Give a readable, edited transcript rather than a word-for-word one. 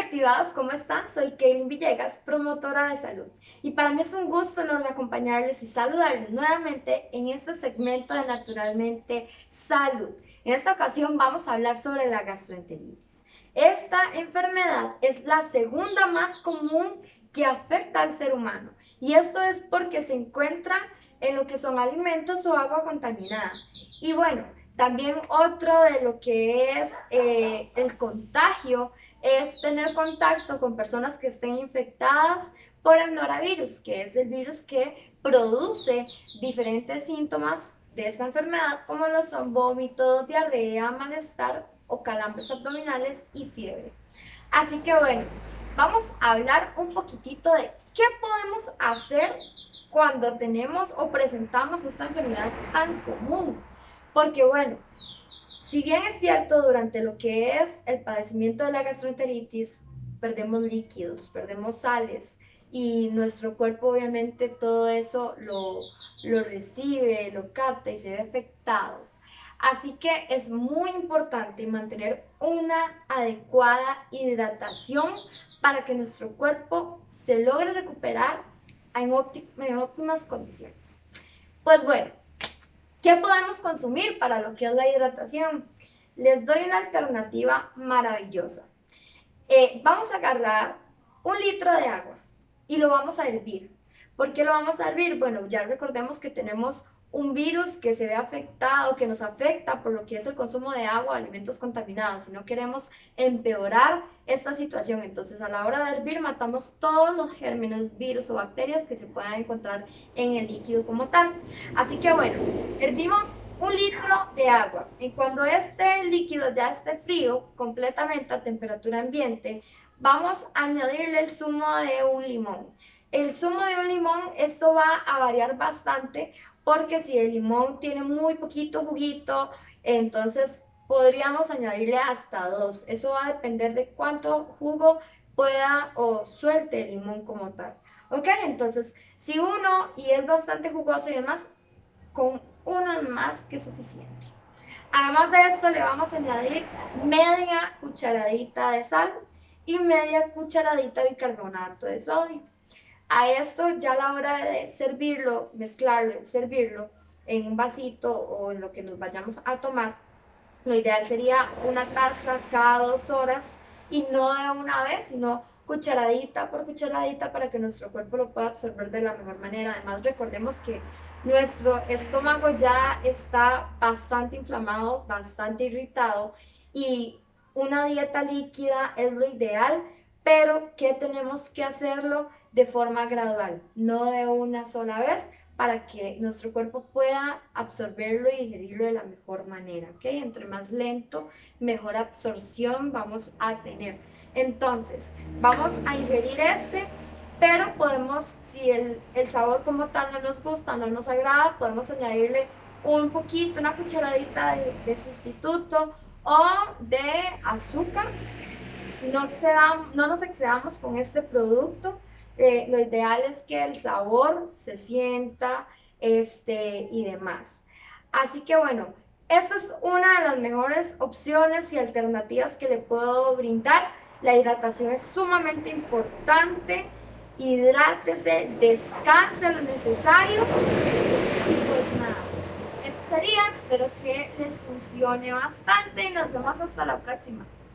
activados, ¿cómo están? Soy Kaylin Villegas, promotora de salud. Y para mí es un gusto enorme acompañarles y saludarles nuevamente en este segmento de Naturalmente Salud. En esta ocasión vamos a hablar sobre la gastroenteritis. Esta enfermedad es la segunda más común que afecta al ser humano. Y esto es porque se encuentra en lo que son alimentos o agua contaminada. Y bueno, también otro de lo que es el contagio es tener contacto con personas que estén infectadas por el norovirus, que es el virus que produce diferentes síntomas de esta enfermedad, como lo son vómitos, diarrea, malestar o calambres abdominales y fiebre. Así que bueno, vamos a hablar un poquitito de qué podemos hacer cuando tenemos o presentamos esta enfermedad tan común. Porque bueno, si bien es cierto, durante lo que es el padecimiento de la gastroenteritis, perdemos líquidos, perdemos sales y nuestro cuerpo obviamente todo eso lo recibe, lo capta y se ve afectado. Así que es muy importante mantener una adecuada hidratación para que nuestro cuerpo se logre recuperar en óptimas condiciones. Pues bueno, ¿qué podemos consumir para lo que es la hidratación? Les doy una alternativa maravillosa. Vamos a agarrar 1 litro de agua y lo vamos a hervir. ¿Por qué lo vamos a hervir? Bueno, ya recordemos que tenemos un virus que se ve afectado, que nos afecta por lo que es el consumo de agua, alimentos contaminados, y no queremos empeorar esta situación. Entonces, a la hora de hervir, matamos todos los gérmenes, virus o bacterias que se puedan encontrar en el líquido como tal. Así que bueno, hervimos 1 litro de agua y cuando este líquido ya esté frío completamente a temperatura ambiente, vamos a añadirle el zumo de un limón. El zumo de un limón, esto va a variar bastante porque si el limón tiene muy poquito juguito, entonces podríamos añadirle hasta 2. Eso va a depender de cuánto jugo pueda o suelte el limón como tal. ¿Ok? Entonces, si uno y es bastante jugoso y demás, con uno es más que suficiente. Además de esto le vamos a añadir media cucharadita de sal y media cucharadita de bicarbonato de sodio. A esto ya a la hora de servirlo, mezclarlo, servirlo en un vasito o en lo que nos vayamos a tomar, lo ideal sería una taza cada 2 horas y no de una vez, sino cucharadita por cucharadita para que nuestro cuerpo lo pueda absorber de la mejor manera. Además, recordemos que nuestro estómago ya está bastante inflamado, bastante irritado y una dieta líquida es lo ideal, pero que tenemos que hacerlo de forma gradual, no de una sola vez, para que nuestro cuerpo pueda absorberlo y digerirlo de la mejor manera, ¿ok? Entre más lento, mejor absorción vamos a tener. Entonces, vamos a ingerir pero podemos, si el sabor como tal no nos gusta, no nos agrada, podemos añadirle un poquito, una cucharadita de sustituto o de azúcar. No nos excedamos con este producto. Lo ideal es que el sabor se sienta y demás. Así que bueno, esta es una de las mejores opciones y alternativas que le puedo brindar. La hidratación es sumamente importante. Hidrátese, descanse lo necesario y pues nada. Esto sería, espero que les funcione bastante y nos vemos hasta la próxima.